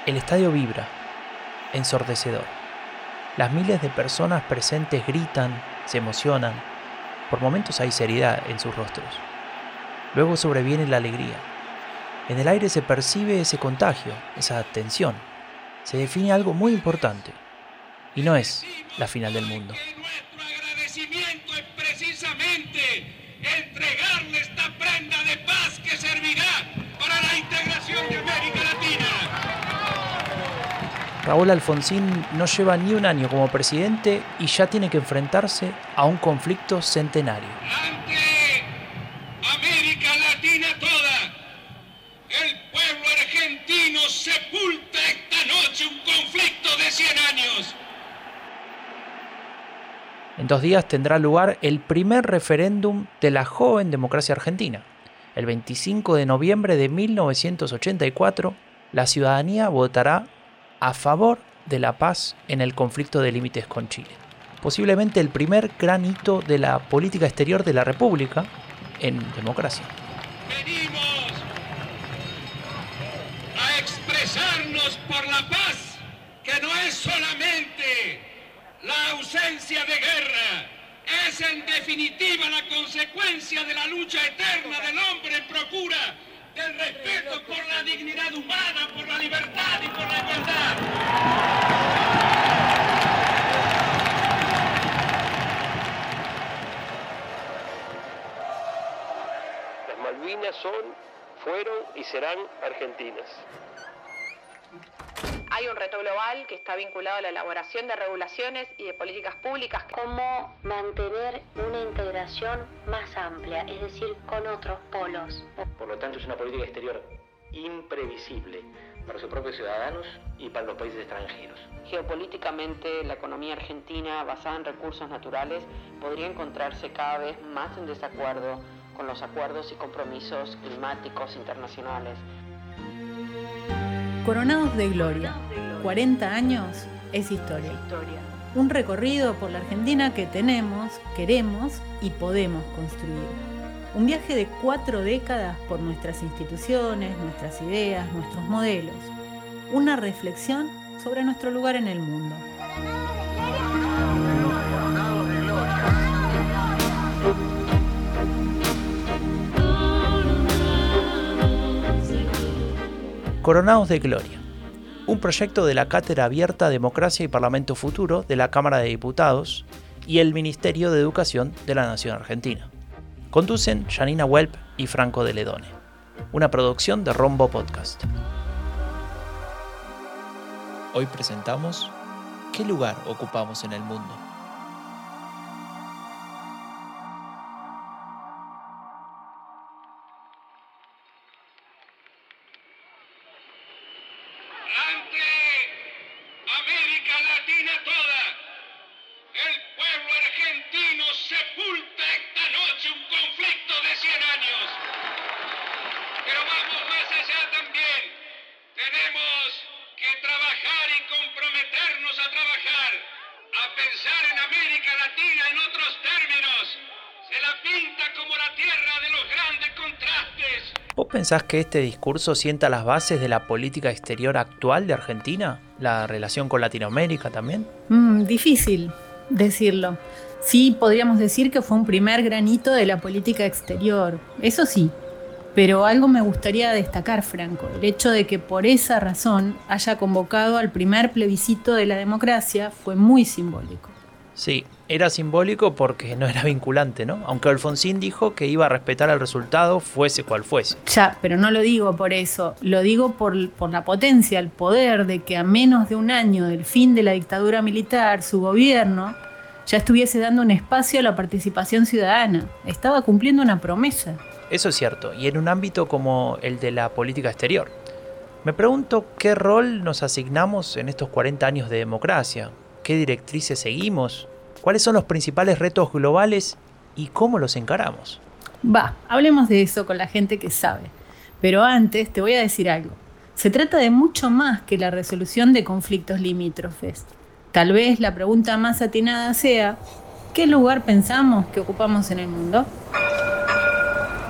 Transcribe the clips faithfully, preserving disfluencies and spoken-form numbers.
El estadio vibra, ensordecedor. Las miles de personas presentes gritan, se emocionan. Por momentos hay seriedad en sus rostros. Luego sobreviene la alegría. En el aire se percibe ese contagio, esa tensión. Se define algo muy importante. Y no es la final del mundo. Nuestro agradecimiento es precisamente entregarle esta prenda de paz que servirá para la integración de América Latina. Raúl Alfonsín no lleva ni un año como presidente y ya tiene que enfrentarse a un conflicto centenario. Ante América Latina toda, el pueblo argentino sepulta esta noche un conflicto de cien años. En dos días tendrá lugar el primer referéndum de la joven democracia argentina. El veinticinco de noviembre de mil novecientos ochenta y cuatro, la ciudadanía votará a favor de la paz en el conflicto de límites con Chile. Posiblemente el primer gran hito de la política exterior de la República en democracia. Venimos a expresarnos por la paz, que no es solamente la ausencia de guerra, es en definitiva la consecuencia de la lucha eterna del hombre en procura del respeto por la dignidad humana, por la libertad y por la igualdad. Las Malvinas son, fueron y serán argentinas. Hay un reto global que está vinculado a la elaboración de regulaciones y de políticas públicas. Cómo mantener una integración más amplia, es decir, con otros polos. Por lo tanto, es una política exterior imprevisible para sus propios ciudadanos y para los países extranjeros. Geopolíticamente, la economía argentina, basada en recursos naturales, podría encontrarse cada vez más en desacuerdo con los acuerdos y compromisos climáticos internacionales. Coronados de Gloria, cuarenta años es historia. Un recorrido por la Argentina que tenemos, queremos y podemos construir. Un viaje de cuatro décadas por nuestras instituciones, nuestras ideas, nuestros modelos. Una reflexión sobre nuestro lugar en el mundo. Coronados de Gloria, un proyecto de la Cátedra Abierta Democracia y Parlamento Futuro de la Cámara de Diputados y el Ministerio de Educación de la Nación Argentina. Conducen Janina Welp y Franco de Ledone. Una producción de Rombo Podcast. Hoy presentamos ¿qué lugar ocupamos en el mundo? Ante América Latina toda, el pueblo argentino sepulta esta noche un conflicto de cien años. Pero vamos más allá también. Tenemos que trabajar y comprometernos a trabajar, a pensar en América Latina en otros términos. Se la pinta como la tierra de los grandes contrastes. ¿Vos pensás que este discurso sienta las bases de la política exterior actual de Argentina? ¿La relación con Latinoamérica también? Mm, difícil decirlo. Sí, podríamos decir que fue un primer granito de la política exterior, eso sí. Pero algo me gustaría destacar, Franco, el hecho de que por esa razón haya convocado al primer plebiscito de la democracia fue muy simbólico. Sí, era simbólico porque no era vinculante, ¿no? Aunque Alfonsín dijo que iba a respetar el resultado, fuese cual fuese. Ya, pero no lo digo por eso, lo digo por, por la potencia, el poder de que a menos de un año del fin de la dictadura militar, su gobierno ya estuviese dando un espacio a la participación ciudadana. Estaba cumpliendo una promesa. Eso es cierto, y en un ámbito como el de la política exterior. Me pregunto qué rol nos asignamos en estos cuarenta años de democracia, qué directrices seguimos, cuáles son los principales retos globales y cómo los encaramos. Va, hablemos de eso con la gente que sabe. Pero antes te voy a decir algo. Se trata de mucho más que la resolución de conflictos limítrofes. Tal vez la pregunta más atinada sea, ¿qué lugar pensamos que ocupamos en el mundo?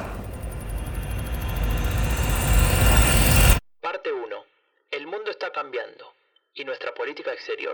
Parte uno. El mundo está cambiando. y nuestra política exterior.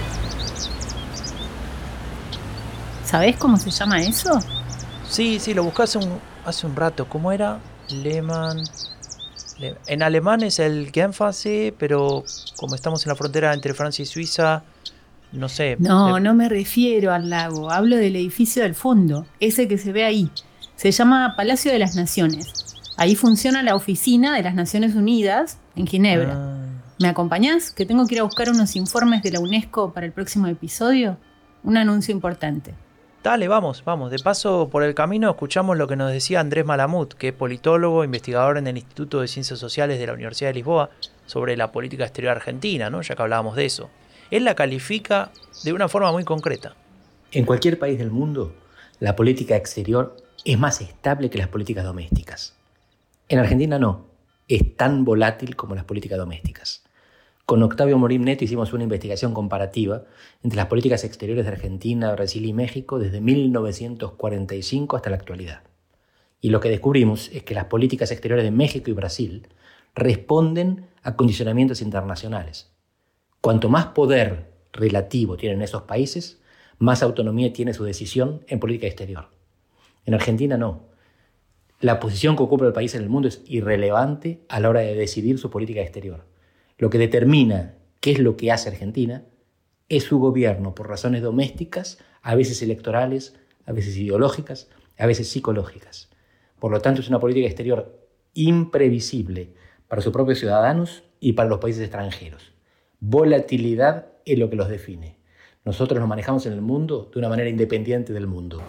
¿Sabés cómo se llama eso? Sí, sí, lo busqué hace un, hace un rato. ¿Cómo era? Lehmann... Le- En alemán es el Genfase, pero como estamos en la frontera entre Francia y Suiza, no sé. No, le- no me refiero al lago, hablo del edificio del fondo, ese que se ve ahí. Se llama Palacio de las Naciones. Ahí funciona la oficina de las Naciones Unidas en Ginebra. Ah, ¿Me acompañás? Que tengo que ir a buscar unos informes de la UNESCO para el próximo episodio. Un anuncio importante. dale, vamos, vamos. De paso, por el camino escuchamos lo que nos decía Andrés Malamud, que es politólogo, investigador en el Instituto de Ciencias Sociales de la Universidad de Lisboa, sobre la política exterior argentina, ¿no? Ya que hablábamos de eso. Él la califica de una forma muy concreta. En cualquier país del mundo, la política exterior es más estable que las políticas domésticas. En Argentina no, es tan volátil como las políticas domésticas. Con Octavio Morim Neto hicimos una investigación comparativa entre las políticas exteriores de Argentina, Brasil y México desde mil novecientos cuarenta y cinco hasta la actualidad. Y lo que descubrimos es que las políticas exteriores de México y Brasil responden a condicionamientos internacionales. Cuanto más poder relativo tienen esos países, más autonomía tiene su decisión en política exterior. En Argentina no. La posición que ocupa el país en el mundo es irrelevante a la hora de decidir su política exterior. Lo que determina qué es lo que hace Argentina es su gobierno por razones domésticas, a veces electorales, a veces ideológicas, a veces psicológicas. Por lo tanto, es una política exterior imprevisible para sus propios ciudadanos y para los países extranjeros. Volatilidad es lo que los define. Nosotros nos manejamos en el mundo de una manera independiente del mundo.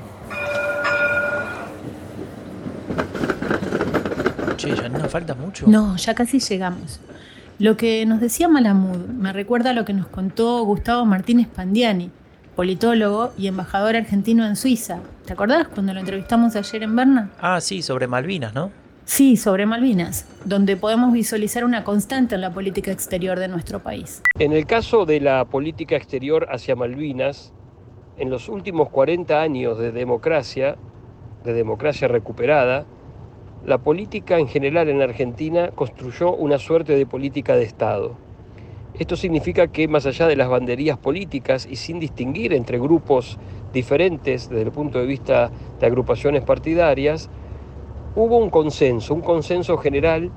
Che, ya no falta mucho. No, ya casi llegamos. Lo que nos decía Malamud me recuerda a lo que nos contó Gustavo Martínez Pandiani, politólogo y embajador argentino en Suiza. ¿Te acordás cuando lo entrevistamos ayer en Berna? Ah, sí, sobre Malvinas, ¿no? Sí, sobre Malvinas, donde podemos visualizar una constante en la política exterior de nuestro país. En el caso de la política exterior hacia Malvinas, en los últimos cuarenta años de democracia, de democracia recuperada, la política en general en Argentina construyó una suerte de política de Estado. Esto significa que más allá de las banderías políticas y sin distinguir entre grupos diferentes desde el punto de vista de agrupaciones partidarias, hubo un consenso, un consenso general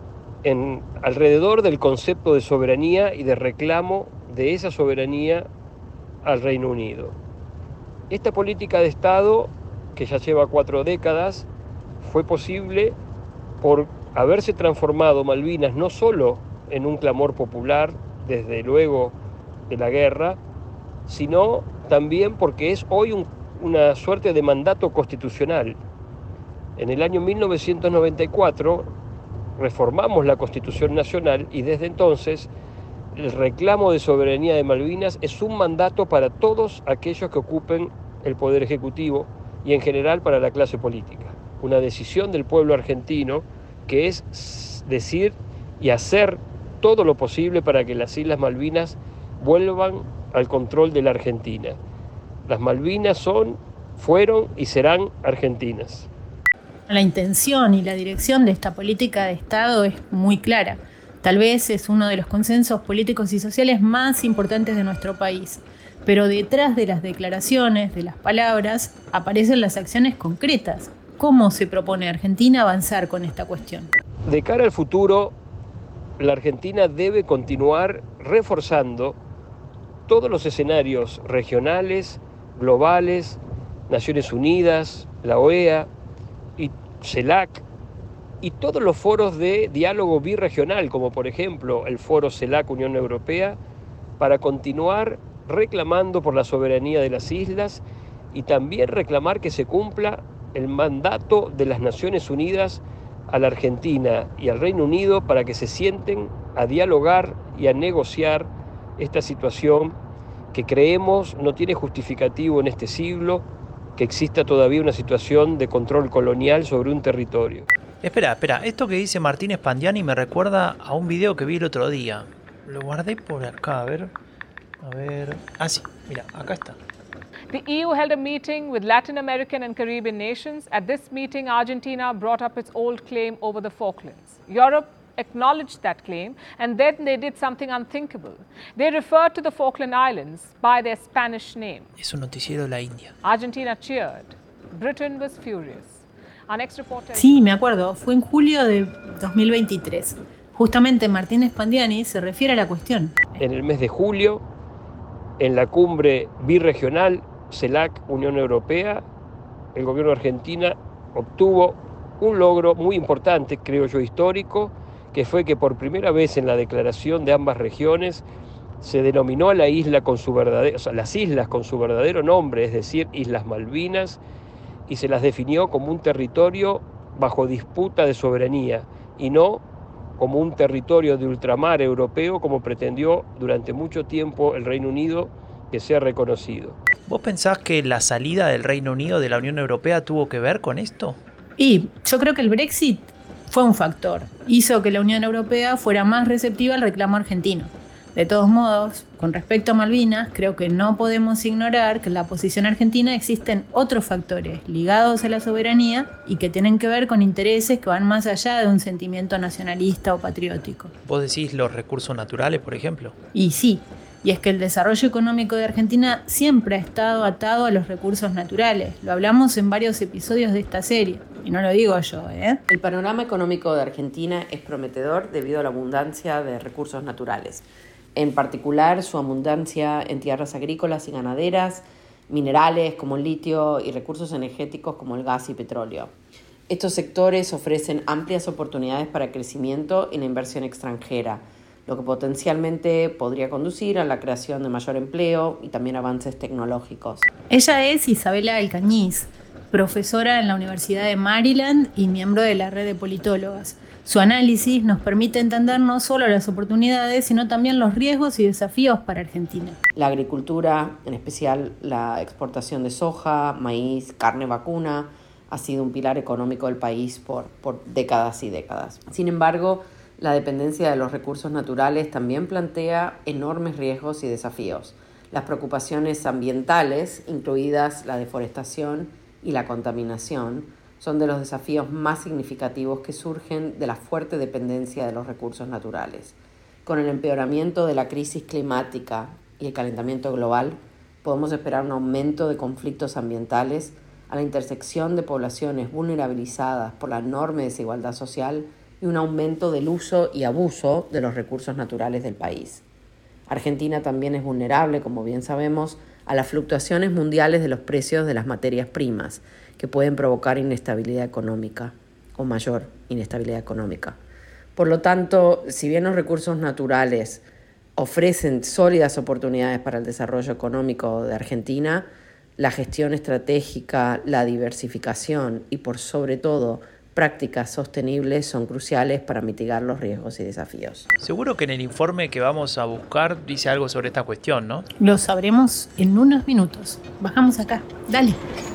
en, alrededor del concepto de soberanía y de reclamo de esa soberanía al Reino Unido. Esta política de Estado, que ya lleva cuatro décadas, fue posible por haberse transformado Malvinas no solo en un clamor popular, desde luego de la guerra, sino también porque es hoy un, una suerte de mandato constitucional. En el año mil novecientos noventa y cuatro reformamos la Constitución Nacional y desde entonces el reclamo de soberanía de Malvinas es un mandato para todos aquellos que ocupen el poder ejecutivo y en general para la clase política. Una decisión del pueblo argentino que es decir y hacer todo lo posible para que las Islas Malvinas vuelvan al control de la Argentina. Las Malvinas son, fueron y serán argentinas. La intención y la dirección de esta política de Estado es muy clara. Tal vez es uno de los consensos políticos y sociales más importantes de nuestro país. Pero detrás de las declaraciones, de las palabras, aparecen las acciones concretas. ¿Cómo se propone Argentina avanzar con esta cuestión? De cara al futuro, la Argentina debe continuar reforzando todos los escenarios regionales, globales, Naciones Unidas, la O E A y CELAC, y todos los foros de diálogo birregional, como por ejemplo el foro CELAC Unión Europea, para continuar reclamando por la soberanía de las islas y también reclamar que se cumpla el mandato de las Naciones Unidas a la Argentina y al Reino Unido para que se sienten a dialogar y a negociar esta situación que creemos no tiene justificativo en este siglo, que exista todavía una situación de control colonial sobre un territorio. Espera, espera, esto que dice Martínez Pandiani me recuerda a un video que vi el otro día. Lo guardé por acá, a ver. A ver. Ah, sí, mira, acá está. The E U held a meeting with Latin American and Caribbean nations. At this meeting, Argentina brought up its old claim over the Falklands. Europe acknowledged that claim, and then they did something unthinkable. They referred to the Falkland Islands by their Spanish name. Es un noticiero de la India. Argentina cheered. Britain was furious. Our next reporter... Sí, me acuerdo. Fue en julio de dos mil veintitrés. Justamente Martínez Pandiani se refiere a la cuestión. En el mes de julio, en la cumbre birregional CELAC Unión Europea, el gobierno de Argentina obtuvo un logro muy importante, creo yo histórico, que fue que por primera vez en la declaración de ambas regiones se denominó a la isla con su verdadero, o sea, las islas con su verdadero nombre, es decir, Islas Malvinas, y se las definió como un territorio bajo disputa de soberanía y no como un territorio de ultramar europeo como pretendió durante mucho tiempo el Reino Unido que sea reconocido. ¿Vos pensás que la salida del Reino Unido de la Unión Europea tuvo que ver con esto? Y yo creo que el Brexit fue un factor. Hizo que la Unión Europea fuera más receptiva al reclamo argentino. De todos modos, con respecto a Malvinas, creo que no podemos ignorar que en la posición argentina existen otros factores ligados a la soberanía y que tienen que ver con intereses que van más allá de un sentimiento nacionalista o patriótico. ¿Vos decís los recursos naturales, por ejemplo? Y sí, y es que el desarrollo económico de Argentina siempre ha estado atado a los recursos naturales. Lo hablamos en varios episodios de esta serie, y no lo digo yo, ¿eh? El panorama económico de Argentina es prometedor debido a la abundancia de recursos naturales. En particular, su abundancia en tierras agrícolas y ganaderas, minerales como el litio y recursos energéticos como el gas y petróleo. Estos sectores ofrecen amplias oportunidades para crecimiento y la inversión extranjera, lo que potencialmente podría conducir a la creación de mayor empleo y también avances tecnológicos. Ella es Isabela Alcañiz, profesora en la Universidad de Maryland y miembro de la red de politólogas. Su análisis nos permite entender no solo las oportunidades, sino también los riesgos y desafíos para Argentina. La agricultura, en especial la exportación de soja, maíz, carne vacuna, ha sido un pilar económico del país por, por décadas y décadas. Sin embargo, la dependencia de los recursos naturales también plantea enormes riesgos y desafíos. Las preocupaciones ambientales, incluidas la deforestación y la contaminación, son de los desafíos más significativos que surgen de la fuerte dependencia de los recursos naturales. Con el empeoramiento de la crisis climática y el calentamiento global, podemos esperar un aumento de conflictos ambientales a la intersección de poblaciones vulnerabilizadas por la enorme desigualdad social y un aumento del uso y abuso de los recursos naturales del país. Argentina también es vulnerable, como bien sabemos, a las fluctuaciones mundiales de los precios de las materias primas, que pueden provocar inestabilidad económica o mayor inestabilidad económica. Por lo tanto, si bien los recursos naturales ofrecen sólidas oportunidades para el desarrollo económico de Argentina, la gestión estratégica, la diversificación y, por sobre todo, prácticas sostenibles son cruciales para mitigar los riesgos y desafíos. Seguro que en el informe que vamos a buscar dice algo sobre esta cuestión, ¿no? Lo sabremos en unos minutos. Bajamos acá. Dale.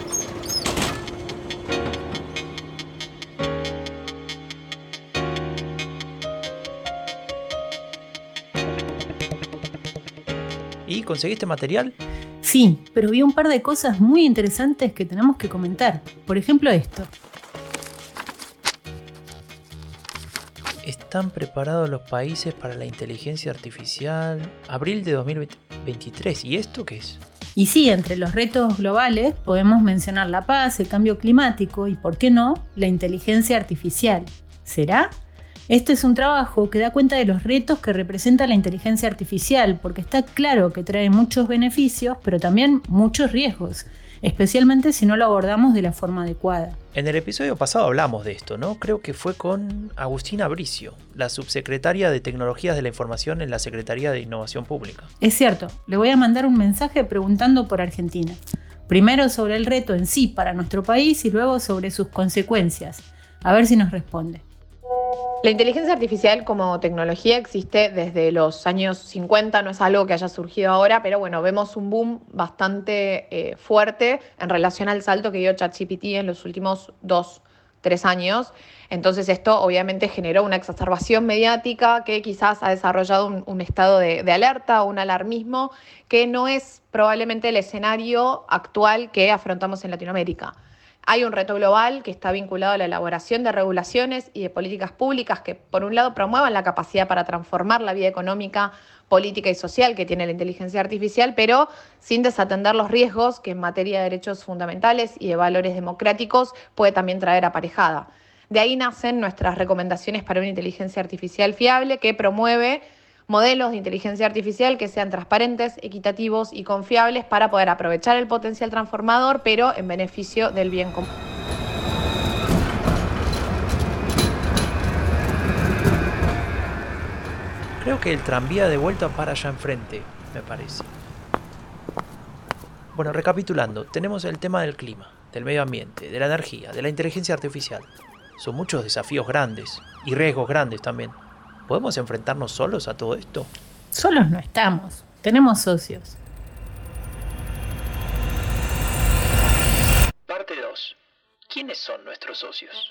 ¿Y conseguiste material? Sí, pero vi un par de cosas muy interesantes que tenemos que comentar. Por ejemplo, esto. ¿Están preparados los países para la inteligencia artificial? Abril de dos mil veintitrés. ¿Y esto qué es? Y sí, entre los retos globales podemos mencionar la paz, el cambio climático y, ¿por qué no?, la inteligencia artificial. ¿Será? Este es un trabajo que da cuenta de los retos que representa la inteligencia artificial, porque está claro que trae muchos beneficios, pero también muchos riesgos, especialmente si no lo abordamos de la forma adecuada. En el episodio pasado hablamos de esto, ¿no? Creo que fue con Agustina Bricio, la subsecretaria de Tecnologías de la Información en la Secretaría de Innovación Pública. Es cierto, le voy a mandar un mensaje preguntando por Argentina. Primero sobre el reto en sí para nuestro país y luego sobre sus consecuencias. A ver si nos responde. La inteligencia artificial como tecnología existe desde los años cincuenta, no es algo que haya surgido ahora, pero bueno, vemos un boom bastante eh, fuerte en relación al salto que dio ChatGPT en los últimos dos, tres años. Entonces esto obviamente generó una exacerbación mediática que quizás ha desarrollado un, un estado de, de alerta o un alarmismo que no es probablemente el escenario actual que afrontamos en Latinoamérica. Hay un reto global que está vinculado a la elaboración de regulaciones y de políticas públicas que, por un lado, promuevan la capacidad para transformar la vida económica, política y social que tiene la inteligencia artificial, pero sin desatender los riesgos que en materia de derechos fundamentales y de valores democráticos puede también traer aparejada. De ahí nacen nuestras recomendaciones para una inteligencia artificial fiable que promueve modelos de inteligencia artificial que sean transparentes, equitativos y confiables para poder aprovechar el potencial transformador, pero en beneficio del bien común. Creo que el tranvía de vuelta para allá enfrente, me parece. Bueno, recapitulando, tenemos el tema del clima, del medio ambiente, de la energía, de la inteligencia artificial. Son muchos desafíos grandes y riesgos grandes también. ¿Podemos enfrentarnos solos a todo esto? Solos no estamos, tenemos socios. Parte dos. ¿Quiénes son nuestros socios?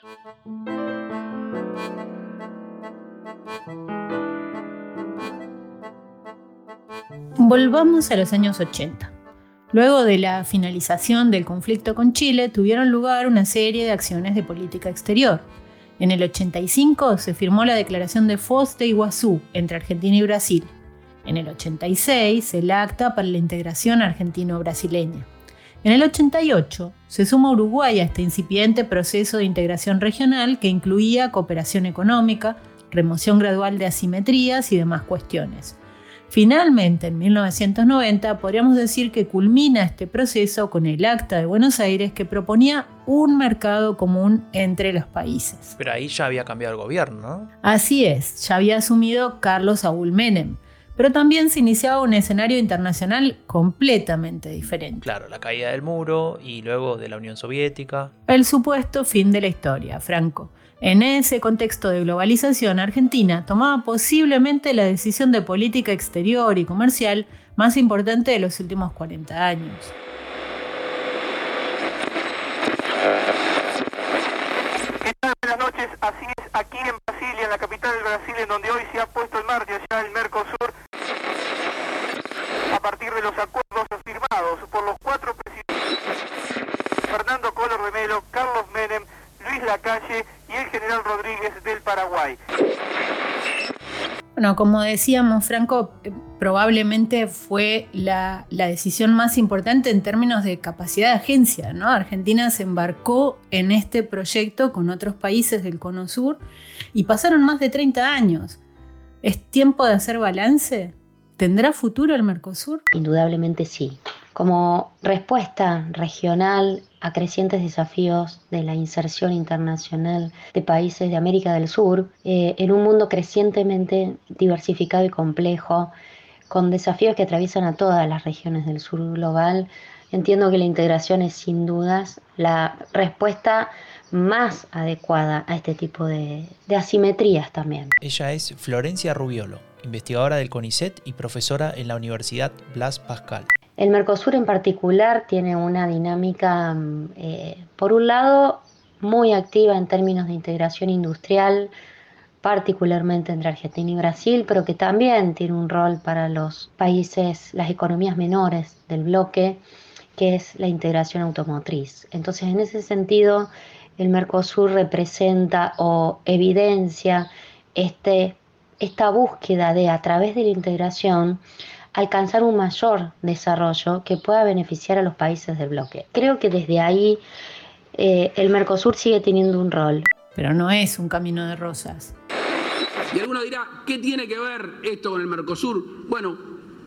Volvamos a los años ochenta. Luego de la finalización del conflicto con Chile, tuvieron lugar una serie de acciones de política exterior. En el ochenta y cinco se firmó la Declaración de Foz de Iguazú entre Argentina y Brasil. En el ochenta y seis, el Acta para la Integración Argentino-Brasileña. En el ochenta y ocho, se suma Uruguay a este incipiente proceso de integración regional que incluía cooperación económica, remoción gradual de asimetrías y demás cuestiones. Finalmente, en mil novecientos noventa, podríamos decir que culmina este proceso con el Acta de Buenos Aires que proponía un mercado común entre los países. Pero ahí ya había cambiado el gobierno, ¿no? Así es, ya había asumido Carlos Saúl Menem, pero también se iniciaba un escenario internacional completamente diferente. Claro, la caída del muro y luego de la Unión Soviética. El supuesto fin de la historia, Franco. En ese contexto de globalización, Argentina tomaba posiblemente la decisión de política exterior y comercial más importante de los últimos cuarenta años. ¿Qué tal? Buenas noches. Así es, aquí en Brasilia, en la capital del Brasil, en donde hoy se ha puesto en marcha ya el Mercosur, a partir de los acuerdos firmados por los cuatro presidentes, Fernando Collor de Mello, Carlos Menem, Luis Lacalle y el general Rodríguez del Paraguay. Bueno, como decíamos, Franco, probablemente fue la, la decisión más importante en términos de capacidad de agencia, ¿no? Argentina se embarcó en este proyecto con otros países del Cono Sur y pasaron más de treinta años. ¿Es tiempo de hacer balance? ¿Tendrá futuro el Mercosur? Indudablemente sí. Como respuesta regional a crecientes desafíos de la inserción internacional de países de América del Sur, eh, en un mundo crecientemente diversificado y complejo, con desafíos que atraviesan a todas las regiones del sur global, entiendo que la integración es sin dudas la respuesta más adecuada a este tipo de, de asimetrías también. Ella es Florencia Rubiolo, investigadora del CONICET y profesora en la Universidad Blas Pascal. El Mercosur en particular tiene una dinámica, eh, por un lado, muy activa en términos de integración industrial, particularmente entre Argentina y Brasil, pero que también tiene un rol para los países, las economías menores del bloque, que es la integración automotriz. Entonces, en ese sentido, el Mercosur representa o evidencia este, esta búsqueda de, a través de la integración, alcanzar un mayor desarrollo que pueda beneficiar a los países del bloque. Creo que desde ahí eh, el Mercosur sigue teniendo un rol. Pero no es un camino de rosas. Y alguno dirá, ¿qué tiene que ver esto con el Mercosur? Bueno,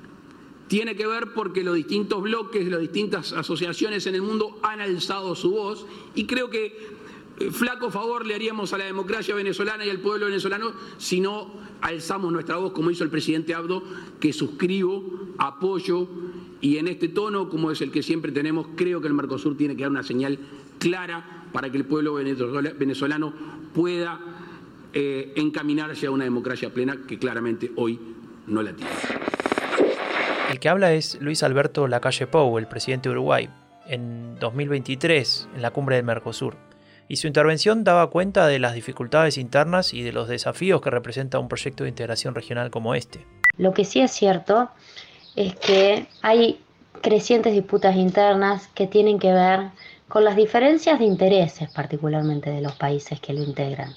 tiene que ver porque los distintos bloques, las distintas asociaciones en el mundo han alzado su voz y creo que eh, flaco favor le haríamos a la democracia venezolana y al pueblo venezolano si no alzamos nuestra voz como hizo el presidente Abdo, que suscribo, apoyo y en este tono, como es el que siempre tenemos, creo que el Mercosur tiene que dar una señal clara para que el pueblo venezolano pueda eh, encaminarse a una democracia plena que claramente hoy no la tiene. El que habla es Luis Alberto Lacalle Pou, el presidente de Uruguay, en dos mil veintitrés, en la cumbre del Mercosur. Y su intervención daba cuenta de las dificultades internas y de los desafíos que representa un proyecto de integración regional como este. Lo que sí es cierto es que hay crecientes disputas internas que tienen que ver con las diferencias de intereses particularmente de los países que lo integran,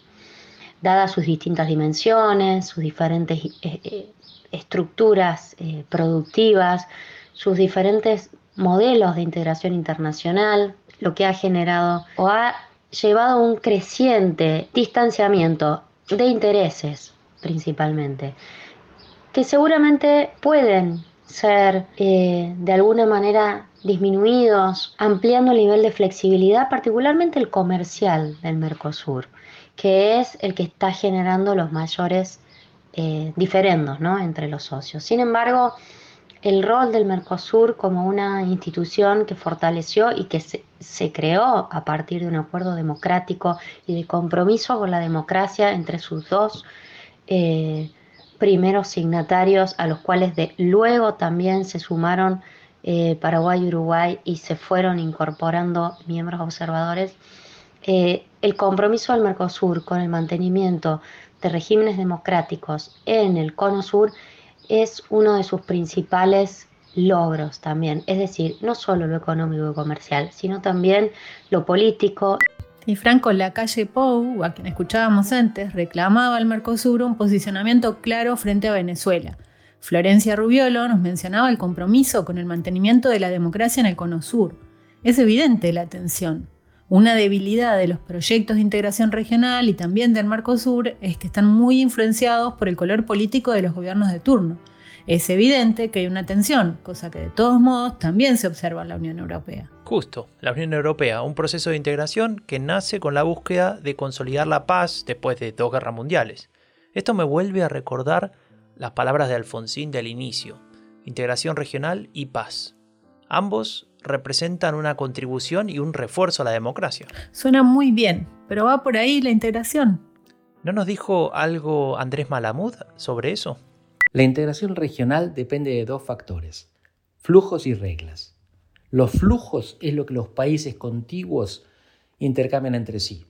dadas sus distintas dimensiones, sus diferentes eh, estructuras eh, productivas, sus diferentes modelos de integración internacional, lo que ha generado o ha llevado a un creciente distanciamiento de intereses principalmente, que seguramente pueden ser eh, de alguna manera disminuidos, ampliando el nivel de flexibilidad, particularmente el comercial del Mercosur, que es el que está generando los mayores eh, diferendos, ¿no?, entre los socios. Sin embargo, el rol del Mercosur como una institución que fortaleció y que se, se creó a partir de un acuerdo democrático y de compromiso con la democracia entre sus dos eh, primeros signatarios, a los cuales de, luego también se sumaron eh, Paraguay y Uruguay y se fueron incorporando miembros observadores. Eh, el compromiso del Mercosur con el mantenimiento de regímenes democráticos en el Cono Sur es uno de sus principales logros también, es decir, no solo lo económico y comercial, sino también lo político. Y Franco Lacalle Pou, a quien escuchábamos antes, reclamaba al Mercosur un posicionamiento claro frente a Venezuela. Florencia Rubiolo nos mencionaba el compromiso con el mantenimiento de la democracia en el Cono Sur. Es evidente la tensión. Una debilidad de los proyectos de integración regional y también del Mercosur es que están muy influenciados por el color político de los gobiernos de turno. Es evidente que hay una tensión, cosa que de todos modos también se observa en la Unión Europea. Justo, la Unión Europea, un proceso de integración que nace con la búsqueda de consolidar la paz después de dos guerras mundiales. Esto me vuelve a recordar las palabras de Alfonsín del inicio: integración regional y paz. Ambos representan una contribución y un refuerzo a la democracia. Suena muy bien, pero ¿va por ahí la integración? ¿No nos dijo algo Andrés Malamud sobre eso? La integración regional depende de dos factores: flujos y reglas. Los flujos es lo que los países contiguos intercambian entre sí: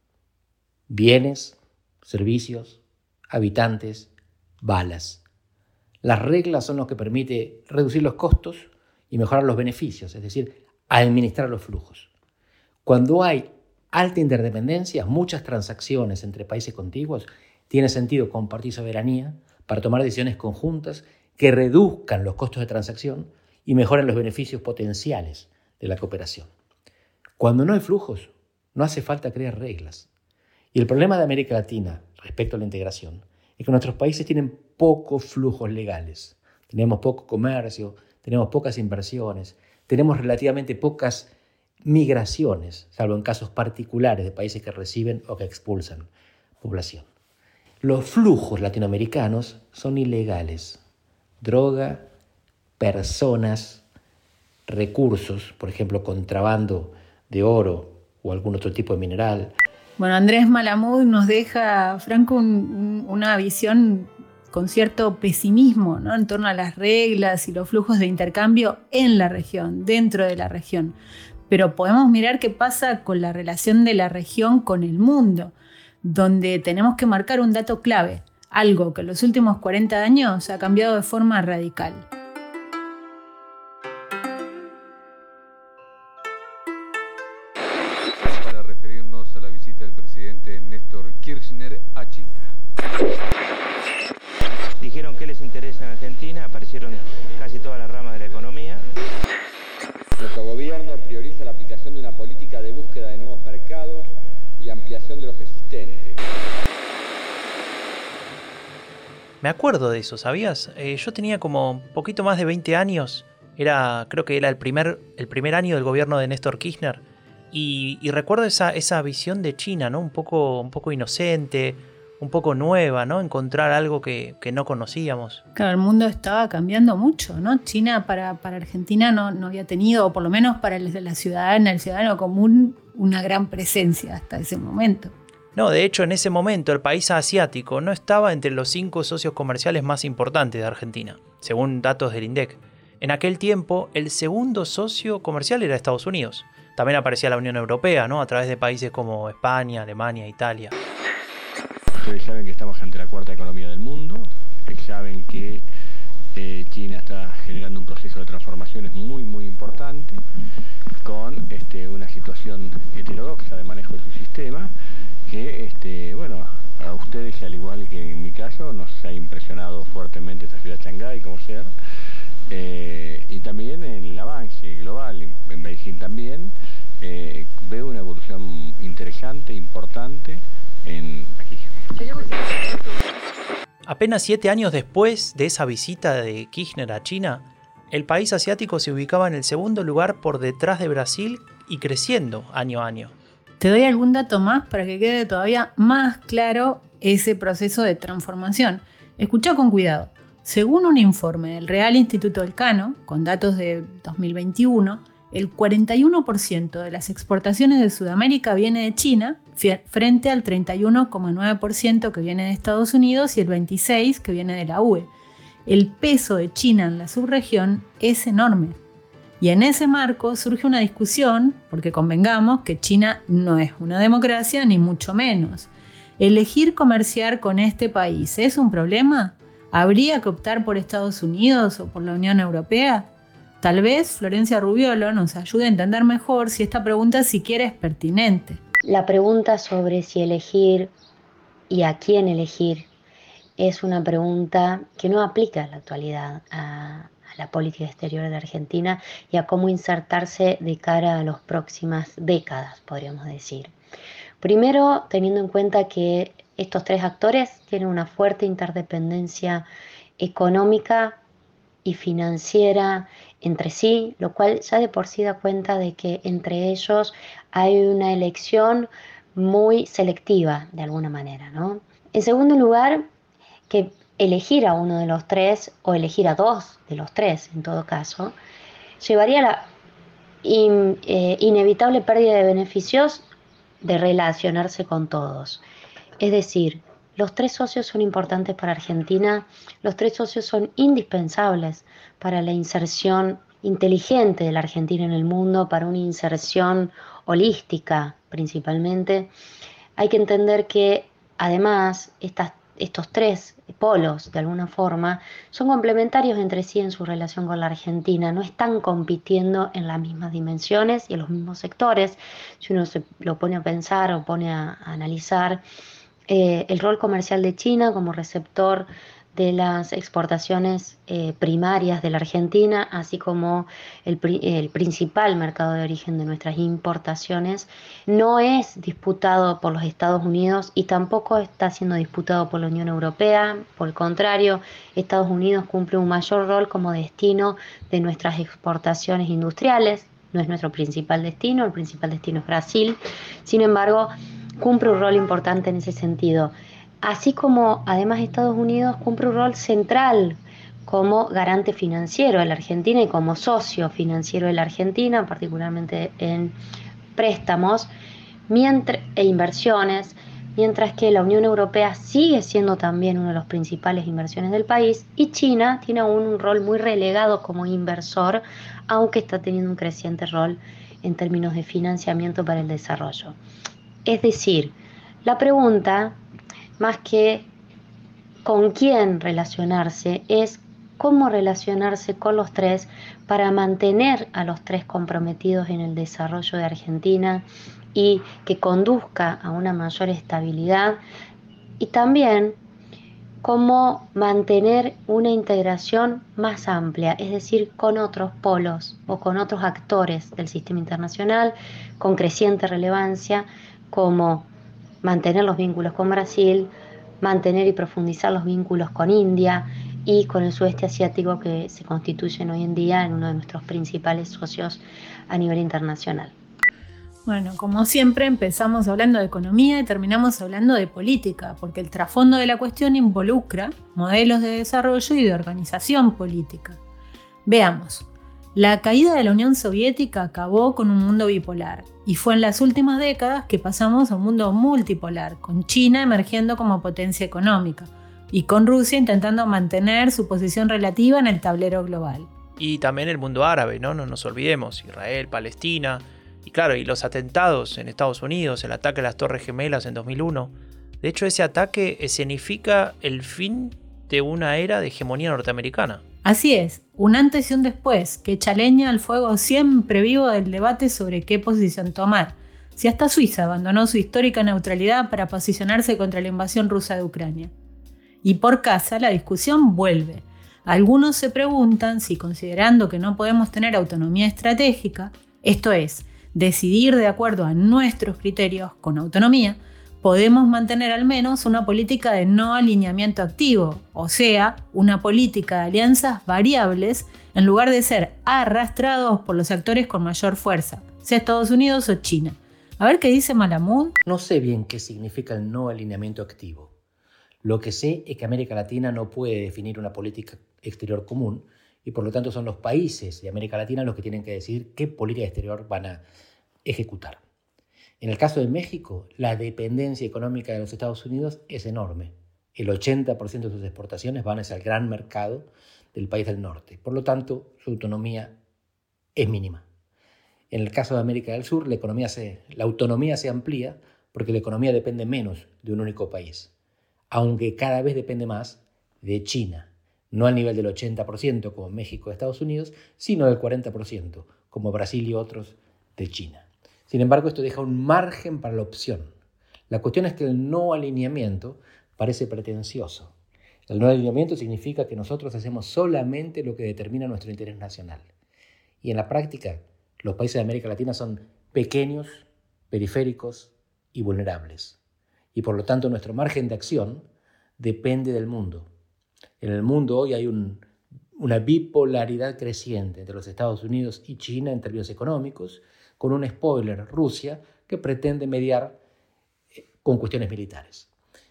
bienes, servicios, habitantes, balas. Las reglas son lo que permite reducir los costos y mejorar los beneficios, es decir, administrar los flujos. Cuando hay alta interdependencia, muchas transacciones entre países contiguos, tiene sentido compartir soberanía para tomar decisiones conjuntas que reduzcan los costos de transacción y mejoren los beneficios potenciales de la cooperación. Cuando no hay flujos, no hace falta crear reglas. Y el problema de América Latina respecto a la integración es que nuestros países tienen pocos flujos legales. Tenemos poco comercio, tenemos pocas inversiones, tenemos relativamente pocas migraciones, salvo en casos particulares de países que reciben o que expulsan población. Los flujos latinoamericanos son ilegales: droga, personas, recursos, por ejemplo, contrabando de oro o algún otro tipo de mineral. Bueno, Andrés Malamud nos deja, Franco, un, una visión con cierto pesimismo, ¿no?, en torno a las reglas y los flujos de intercambio en la región, dentro de la región. Pero podemos mirar qué pasa con la relación de la región con el mundo, donde tenemos que marcar un dato clave, algo que en los últimos cuarenta años ha cambiado de forma radical. Para referirnos a la visita del presidente Néstor Kirchner a China. Dijeron que les interesa en Argentina, aparecieron casi todas las ramas de la economía. Nuestro gobierno prioriza la aplicación de una política de búsqueda de nuevos mercados y ampliación de los existentes. Me acuerdo de eso, ¿sabías? Eh, yo tenía como un poquito más de veinte años. Era, creo que era el primer, el primer año del gobierno de Néstor Kirchner. Y, y recuerdo esa, esa visión de China, ¿no? Un poco, un poco inocente, un poco nueva, ¿no? Encontrar algo que, que no conocíamos. Claro, el mundo estaba cambiando mucho, ¿no? China para, para Argentina no, no había tenido, o por lo menos para la ciudadana, el ciudadano común, una gran presencia hasta ese momento. No, de hecho, en ese momento el país asiático no estaba entre los cinco socios comerciales más importantes de Argentina, según datos del INDEC. En aquel tiempo, el segundo socio comercial era Estados Unidos. También aparecía la Unión Europea, ¿no?, a través de países como España, Alemania, Italia. Ustedes saben que estamos ante la cuarta economía del mundo, ustedes saben que Eh, China está generando un proceso de transformaciones muy, muy importante, con este, una situación heterodoxa de manejo de su sistema, que, este, bueno, a ustedes, al igual que en mi caso, nos ha impresionado fuertemente esta ciudad de Shanghái como ser, eh, y también en el avance global, en Beijing también, eh, veo una evolución interesante, importante en aquí. Apenas siete años después de esa visita de Kirchner a China, el país asiático se ubicaba en el segundo lugar por detrás de Brasil y creciendo año a año. Te doy algún dato más para que quede todavía más claro ese proceso de transformación. Escucha con cuidado. Según un informe del Real Instituto Elcano, con datos de dos mil veintiuno, el cuarenta y uno por ciento de las exportaciones de Sudamérica viene de China, frente al treinta y uno coma nueve por ciento que viene de Estados Unidos y el veintiséis por ciento que viene de la U E. El peso de China en la subregión es enorme. Y en ese marco surge una discusión, porque convengamos que China no es una democracia, ni mucho menos. ¿Elegir comerciar con este país es un problema? ¿Habría que optar por Estados Unidos o por la Unión Europea? Tal vez Florencia Rubiolo nos ayude a entender mejor si esta pregunta siquiera es pertinente. La pregunta sobre si elegir y a quién elegir es una pregunta que no aplica en la actualidad a, a la política exterior de la Argentina y a cómo insertarse de cara a las próximas décadas, podríamos decir. Primero, teniendo en cuenta que estos tres actores tienen una fuerte interdependencia económica y financiera entre sí, lo cual ya de por sí da cuenta de que entre ellos hay una elección muy selectiva de alguna manera, ¿no? En segundo lugar, que elegir a uno de los tres o elegir a dos de los tres, en todo caso, llevaría a la in, eh, inevitable pérdida de beneficios de relacionarse con todos. Es decir, los tres socios son importantes para Argentina, los tres socios son indispensables para la inserción inteligente de la Argentina en el mundo, para una inserción holística principalmente. Hay que entender que además estas, estos tres polos de alguna forma son complementarios entre sí en su relación con la Argentina, no están compitiendo en las mismas dimensiones y en los mismos sectores. Si uno se lo pone a pensar o pone a, a analizar, Eh, el rol comercial de China como receptor de las exportaciones eh, primarias de la Argentina, así como el, el principal mercado de origen de nuestras importaciones, no es disputado por los Estados Unidos y tampoco está siendo disputado por la Unión Europea. Por el contrario, Estados Unidos cumple un mayor rol como destino de nuestras exportaciones industriales. No es nuestro principal destino, el principal destino es Brasil. Sin embargo, cumple un rol importante en ese sentido, así como además Estados Unidos cumple un rol central como garante financiero de la Argentina y como socio financiero de la Argentina, particularmente en préstamos mientras, e inversiones, mientras que la Unión Europea sigue siendo también una de las principales inversiones del país y China tiene aún un rol muy relegado como inversor, aunque está teniendo un creciente rol en términos de financiamiento para el desarrollo. Es decir, la pregunta, más que con quién relacionarse, es cómo relacionarse con los tres para mantener a los tres comprometidos en el desarrollo de Argentina y que conduzca a una mayor estabilidad, y también cómo mantener una integración más amplia, es decir, con otros polos o con otros actores del sistema internacional con creciente relevancia, como mantener los vínculos con Brasil, mantener y profundizar los vínculos con India y con el sudeste asiático, que se constituyen hoy en día en uno de nuestros principales socios a nivel internacional. Bueno, como siempre empezamos hablando de economía y terminamos hablando de política, porque el trasfondo de la cuestión involucra modelos de desarrollo y de organización política. Veamos. La caída de la Unión Soviética acabó con un mundo bipolar y fue en las últimas décadas que pasamos a un mundo multipolar, con China emergiendo como potencia económica y con Rusia intentando mantener su posición relativa en el tablero global. Y también el mundo árabe, ¿no? No nos olvidemos, Israel, Palestina, y claro, y los atentados en Estados Unidos, el ataque a las Torres Gemelas en dos mil uno. De hecho, ese ataque escenifica el fin de una era de hegemonía norteamericana. Así es, un antes y un después que echa leña al fuego siempre vivo del debate sobre qué posición tomar. Si hasta Suiza abandonó su histórica neutralidad para posicionarse contra la invasión rusa de Ucrania. Y por casa la discusión vuelve. Algunos se preguntan si, considerando que no podemos tener autonomía estratégica, esto es, decidir de acuerdo a nuestros criterios con autonomía, podemos mantener al menos una política de no alineamiento activo, o sea, una política de alianzas variables en lugar de ser arrastrados por los actores con mayor fuerza, sea Estados Unidos o China. A ver qué dice Malamud. No sé bien qué significa el no alineamiento activo. Lo que sé es que América Latina no puede definir una política exterior común y por lo tanto son los países de América Latina los que tienen que decidir qué política exterior van a ejecutar. En el caso de México, la dependencia económica de los Estados Unidos es enorme. El ochenta por ciento de sus exportaciones van hacia el gran mercado del país del norte. Por lo tanto, su autonomía es mínima. En el caso de América del Sur, la, economía se, la autonomía se amplía porque la economía depende menos de un único país, aunque cada vez depende más de China, no al nivel del ochenta por ciento como México y Estados Unidos, sino del cuarenta por ciento como Brasil y otros de China. Sin embargo, esto deja un margen para la opción. La cuestión es que el no alineamiento parece pretencioso. El no alineamiento significa que nosotros hacemos solamente lo que determina nuestro interés nacional. Y en la práctica, los países de América Latina son pequeños, periféricos y vulnerables. Y por lo tanto, nuestro margen de acción depende del mundo. En el mundo hoy hay un, una bipolaridad creciente entre los Estados Unidos y China en términos económicos, con un spoiler, Rusia, que pretende mediar con cuestiones militares.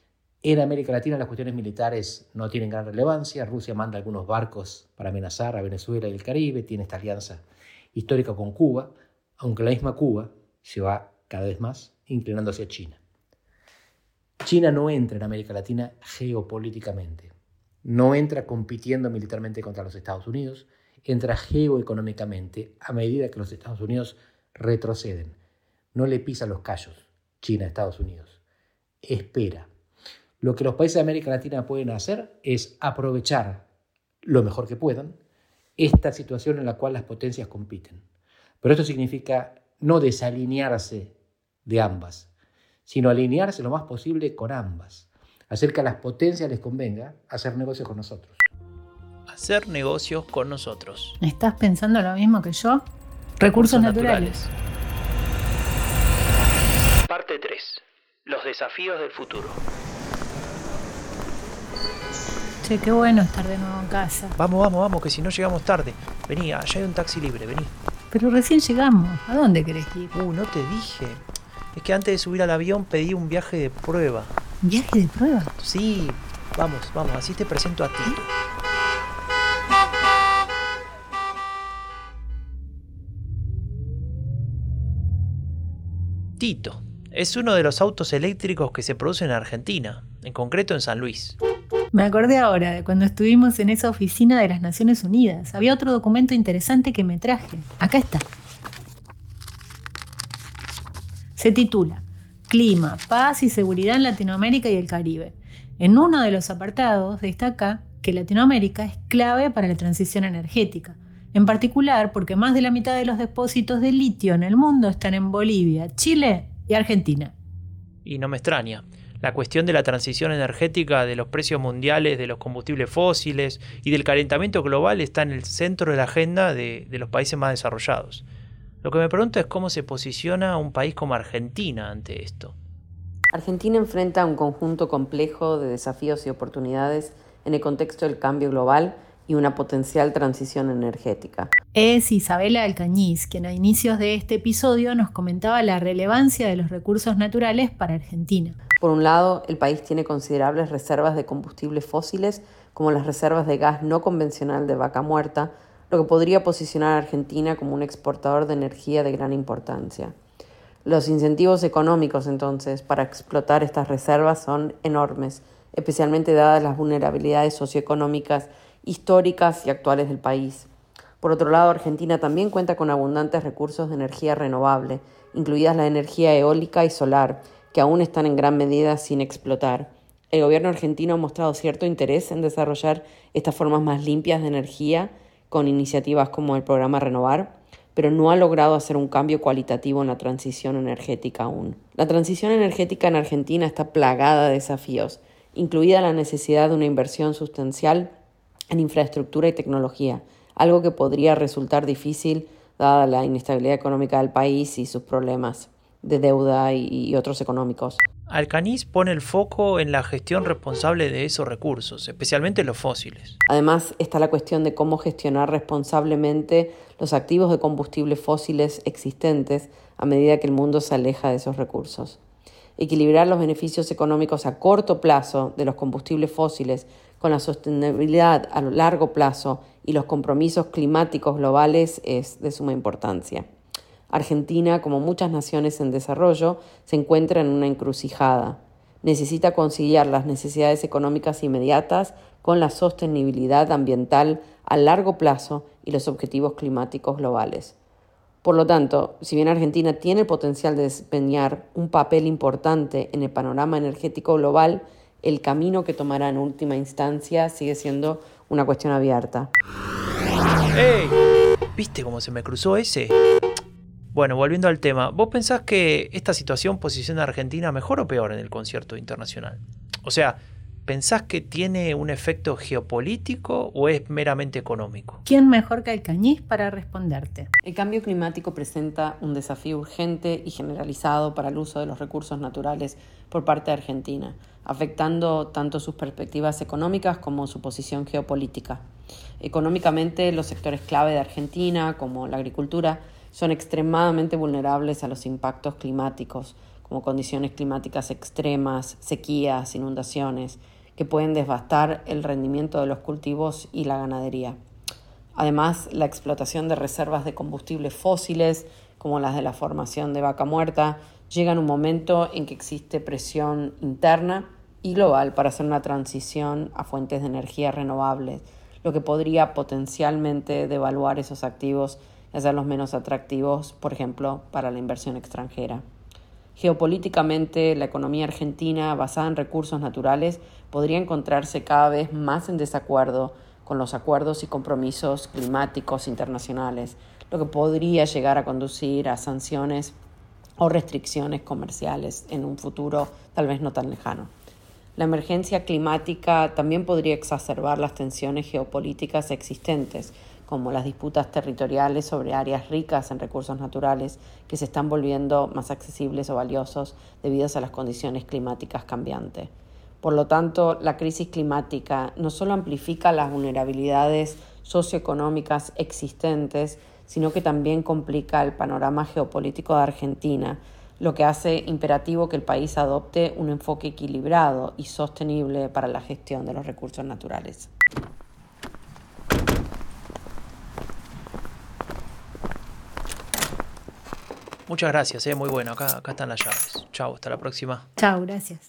En América Latina las cuestiones militares no tienen gran relevancia. Rusia manda algunos barcos para amenazar a Venezuela y el Caribe, tiene esta alianza histórica con Cuba, aunque la misma Cuba se va cada vez más inclinando hacia China. China no entra en América Latina geopolíticamente, no entra compitiendo militarmente contra los Estados Unidos, entra geoeconómicamente a medida que los Estados Unidos retroceden. No le pisa los callos China a Estados Unidos, espera. Lo que los países de América Latina pueden hacer es aprovechar lo mejor que puedan esta situación en la cual las potencias compiten. Pero esto significa no desalinearse de ambas, sino alinearse lo más posible con ambas, hacer que a las potencias les convenga hacer negocios con nosotros. Hacer negocios con nosotros. ¿Estás pensando lo mismo que yo? Recursos, Recursos naturales. naturales. Parte tres. Los desafíos del futuro. Che, qué bueno estar de nuevo en casa. Vamos, vamos, vamos, que si no llegamos tarde. Vení, allá hay un taxi libre, vení. Pero recién llegamos. ¿A dónde querés ir? Uh, no te dije. Es que antes de subir al avión pedí un viaje de prueba. ¿Viaje de prueba? Sí, vamos, vamos, así te presento a Tito. Tito es uno de los autos eléctricos que se producen en Argentina, en concreto en San Luis. Me acordé ahora de cuando estuvimos en esa oficina de las Naciones Unidas. Había otro documento interesante que me traje. Acá está. Se titula Clima, Paz y Seguridad en Latinoamérica y el Caribe. En uno de los apartados destaca que Latinoamérica es clave para la transición energética. En particular porque más de la mitad de los depósitos de litio en el mundo están en Bolivia, Chile y Argentina. Y no me extraña. La cuestión de la transición energética, de los precios mundiales, de los combustibles fósiles y del calentamiento global está en el centro de la agenda de, de los países más desarrollados. Lo que me pregunto es cómo se posiciona un país como Argentina ante esto. Argentina enfrenta un conjunto complejo de desafíos y oportunidades en el contexto del cambio global y una potencial transición energética. Es Isabela Alcañiz, quien a inicios de este episodio nos comentaba la relevancia de los recursos naturales para Argentina. Por un lado, el país tiene considerables reservas de combustibles fósiles, como las reservas de gas no convencional de Vaca Muerta, lo que podría posicionar a Argentina como un exportador de energía de gran importancia. Los incentivos económicos, entonces, para explotar estas reservas son enormes, especialmente dadas las vulnerabilidades socioeconómicas históricas y actuales del país. Por otro lado, Argentina también cuenta con abundantes recursos de energía renovable, incluidas la energía eólica y solar, que aún están en gran medida sin explotar. El gobierno argentino ha mostrado cierto interés en desarrollar estas formas más limpias de energía con iniciativas como el programa Renovar, pero no ha logrado hacer un cambio cualitativo en la transición energética aún. La transición energética en Argentina está plagada de desafíos, incluida la necesidad de una inversión sustancial en infraestructura y tecnología, algo que podría resultar difícil dada la inestabilidad económica del país y sus problemas de deuda y, y otros económicos. Alcañiz pone el foco en la gestión responsable de esos recursos, especialmente los fósiles. Además, está la cuestión de cómo gestionar responsablemente los activos de combustibles fósiles existentes a medida que el mundo se aleja de esos recursos. Equilibrar los beneficios económicos a corto plazo de los combustibles fósiles con la sostenibilidad a largo plazo y los compromisos climáticos globales es de suma importancia. Argentina, como muchas naciones en desarrollo, se encuentra en una encrucijada. Necesita conciliar las necesidades económicas inmediatas con la sostenibilidad ambiental a largo plazo y los objetivos climáticos globales. Por lo tanto, si bien Argentina tiene el potencial de desempeñar un papel importante en el panorama energético global, el camino que tomará en última instancia sigue siendo una cuestión abierta. ¡Ey! ¿Viste cómo se me cruzó ese? Bueno, volviendo al tema, ¿vos pensás que esta situación posiciona a Argentina mejor o peor en el concierto internacional? O sea, ¿pensás que tiene un efecto geopolítico o es meramente económico? ¿Quién mejor que Alcañiz para responderte? El cambio climático presenta un desafío urgente y generalizado para el uso de los recursos naturales por parte de Argentina, afectando tanto sus perspectivas económicas como su posición geopolítica. Económicamente, los sectores clave de Argentina, como la agricultura, son extremadamente vulnerables a los impactos climáticos, como condiciones climáticas extremas, sequías, inundaciones, que pueden devastar el rendimiento de los cultivos y la ganadería. Además, la explotación de reservas de combustibles fósiles, como las de la formación de vaca muerta, llega en un momento en que existe presión interna y global para hacer una transición a fuentes de energía renovables, lo que podría potencialmente devaluar esos activos y hacerlos menos atractivos, por ejemplo, para la inversión extranjera. Geopolíticamente, la economía argentina, basada en recursos naturales, podría encontrarse cada vez más en desacuerdo con los acuerdos y compromisos climáticos internacionales, lo que podría llegar a conducir a sanciones o restricciones comerciales en un futuro tal vez no tan lejano. La emergencia climática también podría exacerbar las tensiones geopolíticas existentes, como las disputas territoriales sobre áreas ricas en recursos naturales que se están volviendo más accesibles o valiosos debido a las condiciones climáticas cambiantes. Por lo tanto, la crisis climática no solo amplifica las vulnerabilidades socioeconómicas existentes, sino que también complica el panorama geopolítico de Argentina, lo que hace imperativo que el país adopte un enfoque equilibrado y sostenible para la gestión de los recursos naturales. Muchas gracias, eh, muy bueno. Acá, acá están las llaves. Chau, hasta la próxima. Chau, gracias.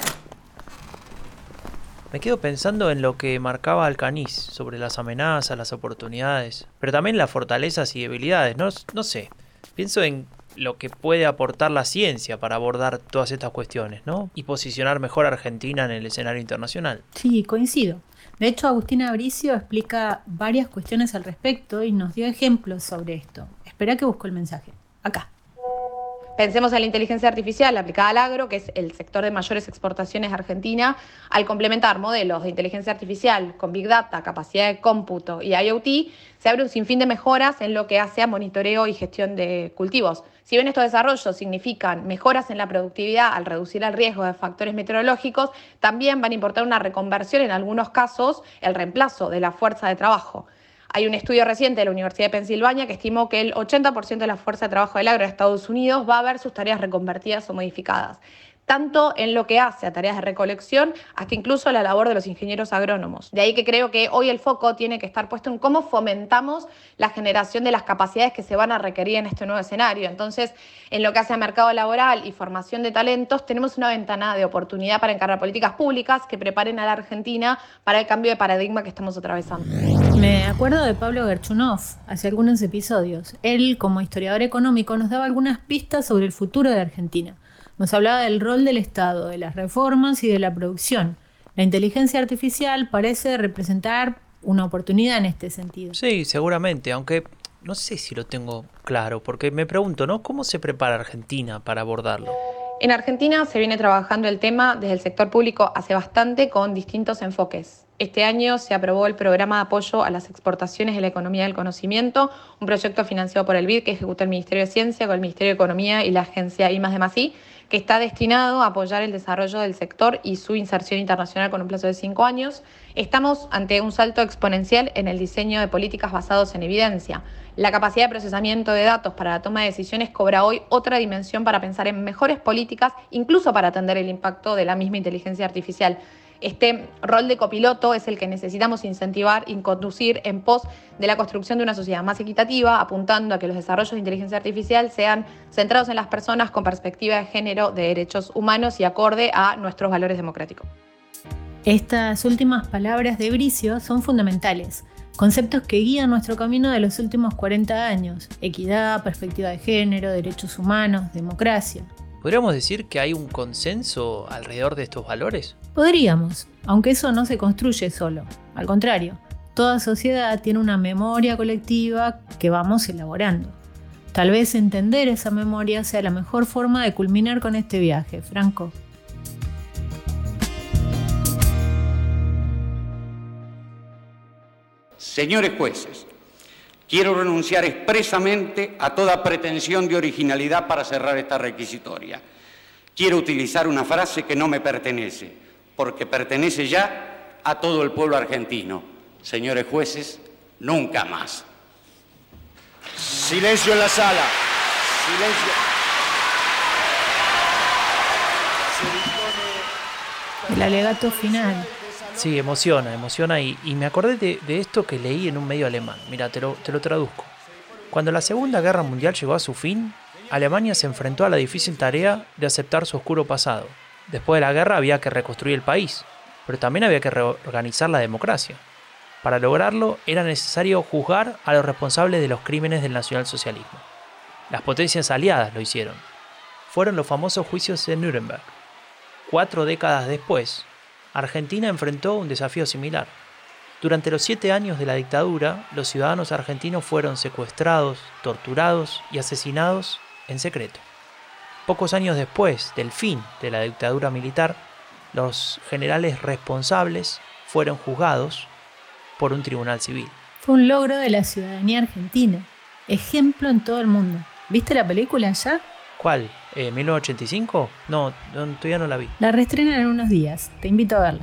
Me quedo pensando en lo que marcaba Alcañiz sobre las amenazas, las oportunidades, pero también las fortalezas y debilidades. No, no sé, pienso en lo que puede aportar la ciencia para abordar todas estas cuestiones, ¿no? Y posicionar mejor a Argentina en el escenario internacional. Sí, coincido. De hecho, Agustina Bricio explica varias cuestiones al respecto y nos dio ejemplos sobre esto. Espera que busco el mensaje. Acá. Pensemos en la inteligencia artificial aplicada al agro, que es el sector de mayores exportaciones de Argentina. Al complementar modelos de inteligencia artificial con Big Data, capacidad de cómputo y I O T, se abre un sinfín de mejoras en lo que hace a monitoreo y gestión de cultivos. Si bien estos desarrollos significan mejoras en la productividad al reducir el riesgo de factores meteorológicos, también van a importar una reconversión, en algunos casos, el reemplazo de la fuerza de trabajo. Hay un estudio reciente de la Universidad de Pensilvania que estimó que el ochenta por ciento de la fuerza de trabajo del agro de Estados Unidos va a ver sus tareas reconvertidas o modificadas, tanto en lo que hace a tareas de recolección hasta incluso la labor de los ingenieros agrónomos. De ahí que creo que hoy el foco tiene que estar puesto en cómo fomentamos la generación de las capacidades que se van a requerir en este nuevo escenario. Entonces, en lo que hace a mercado laboral y formación de talentos, tenemos una ventana de oportunidad para encargar políticas públicas que preparen a la Argentina para el cambio de paradigma que estamos atravesando. Me acuerdo de Pablo Gerchunov hace algunos episodios. Él, como historiador económico, nos daba algunas pistas sobre el futuro de Argentina. Nos hablaba del rol del Estado, de las reformas y de la producción. La inteligencia artificial parece representar una oportunidad en este sentido. Sí, seguramente, aunque no sé si lo tengo claro, porque me pregunto, ¿no? ¿Cómo se prepara Argentina para abordarlo? En Argentina se viene trabajando el tema desde el sector público hace bastante con distintos enfoques. Este año se aprobó el programa de apoyo a las exportaciones de la economía del conocimiento, un proyecto financiado por el B I D que ejecuta el Ministerio de Ciencia con el Ministerio de Economía y la agencia I más D más I, que está destinado a apoyar el desarrollo del sector y su inserción internacional con un plazo de cinco años. Estamos ante un salto exponencial en el diseño de políticas basados en evidencia. La capacidad de procesamiento de datos para la toma de decisiones cobra hoy otra dimensión para pensar en mejores políticas, incluso para atender el impacto de la misma inteligencia artificial. Este rol de copiloto es el que necesitamos incentivar y conducir en pos de la construcción de una sociedad más equitativa, apuntando a que los desarrollos de inteligencia artificial sean centrados en las personas con perspectiva de género, de derechos humanos y acorde a nuestros valores democráticos. Estas últimas palabras de Bricio son fundamentales. Conceptos que guían nuestro camino de los últimos cuarenta años. Equidad, perspectiva de género, derechos humanos, democracia. ¿Podríamos decir que hay un consenso alrededor de estos valores? Podríamos, aunque eso no se construye solo. Al contrario, toda sociedad tiene una memoria colectiva que vamos elaborando. Tal vez entender esa memoria sea la mejor forma de culminar con este viaje, Franco. Señores jueces, quiero renunciar expresamente a toda pretensión de originalidad para cerrar esta requisitoria. Quiero utilizar una frase que no me pertenece, porque pertenece ya a todo el pueblo argentino. Señores jueces, nunca más. Silencio en la sala. Silencio. El alegato final. Sí, emociona, emociona y, y me acordé de, de esto que leí en un medio alemán. Mira, te lo, te lo traduzco. Cuando la Segunda Guerra Mundial llegó a su fin, Alemania se enfrentó a la difícil tarea de aceptar su oscuro pasado. Después de la guerra había que reconstruir el país, pero también había que reorganizar la democracia. Para lograrlo era necesario juzgar a los responsables de los crímenes del nacionalsocialismo. Las potencias aliadas lo hicieron. Fueron los famosos juicios de Nuremberg. Cuatro décadas después, Argentina enfrentó un desafío similar. Durante los siete años de la dictadura, los ciudadanos argentinos fueron secuestrados, torturados y asesinados en secreto. Pocos años después del fin de la dictadura militar, los generales responsables fueron juzgados por un tribunal civil. Fue un logro de la ciudadanía argentina. Ejemplo en todo el mundo. ¿Viste la película ya? ¿Cuál? ¿Eh, ¿mil novecientos ochenta y cinco? No, no, todavía no la vi. La reestrenan en unos días. Te invito a verla.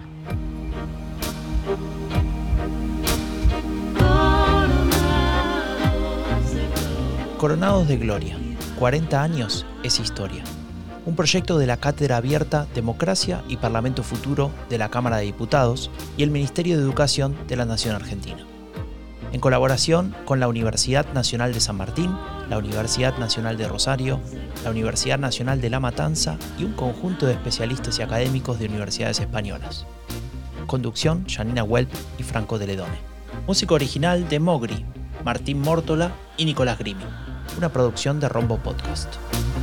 Coronados de Gloria. cuarenta años es historia. Un proyecto de la Cátedra Abierta Democracia y Parlamento Futuro de la Cámara de Diputados y el Ministerio de Educación de la Nación Argentina. En colaboración con la Universidad Nacional de San Martín, la Universidad Nacional de Rosario, la Universidad Nacional de La Matanza y un conjunto de especialistas y académicos de universidades españolas. Conducción, Janina Welp y Franco de Ledone. Música original de Mogri, Martín Mórtola y Nicolás Grimi. Una producción de Rombo Podcast.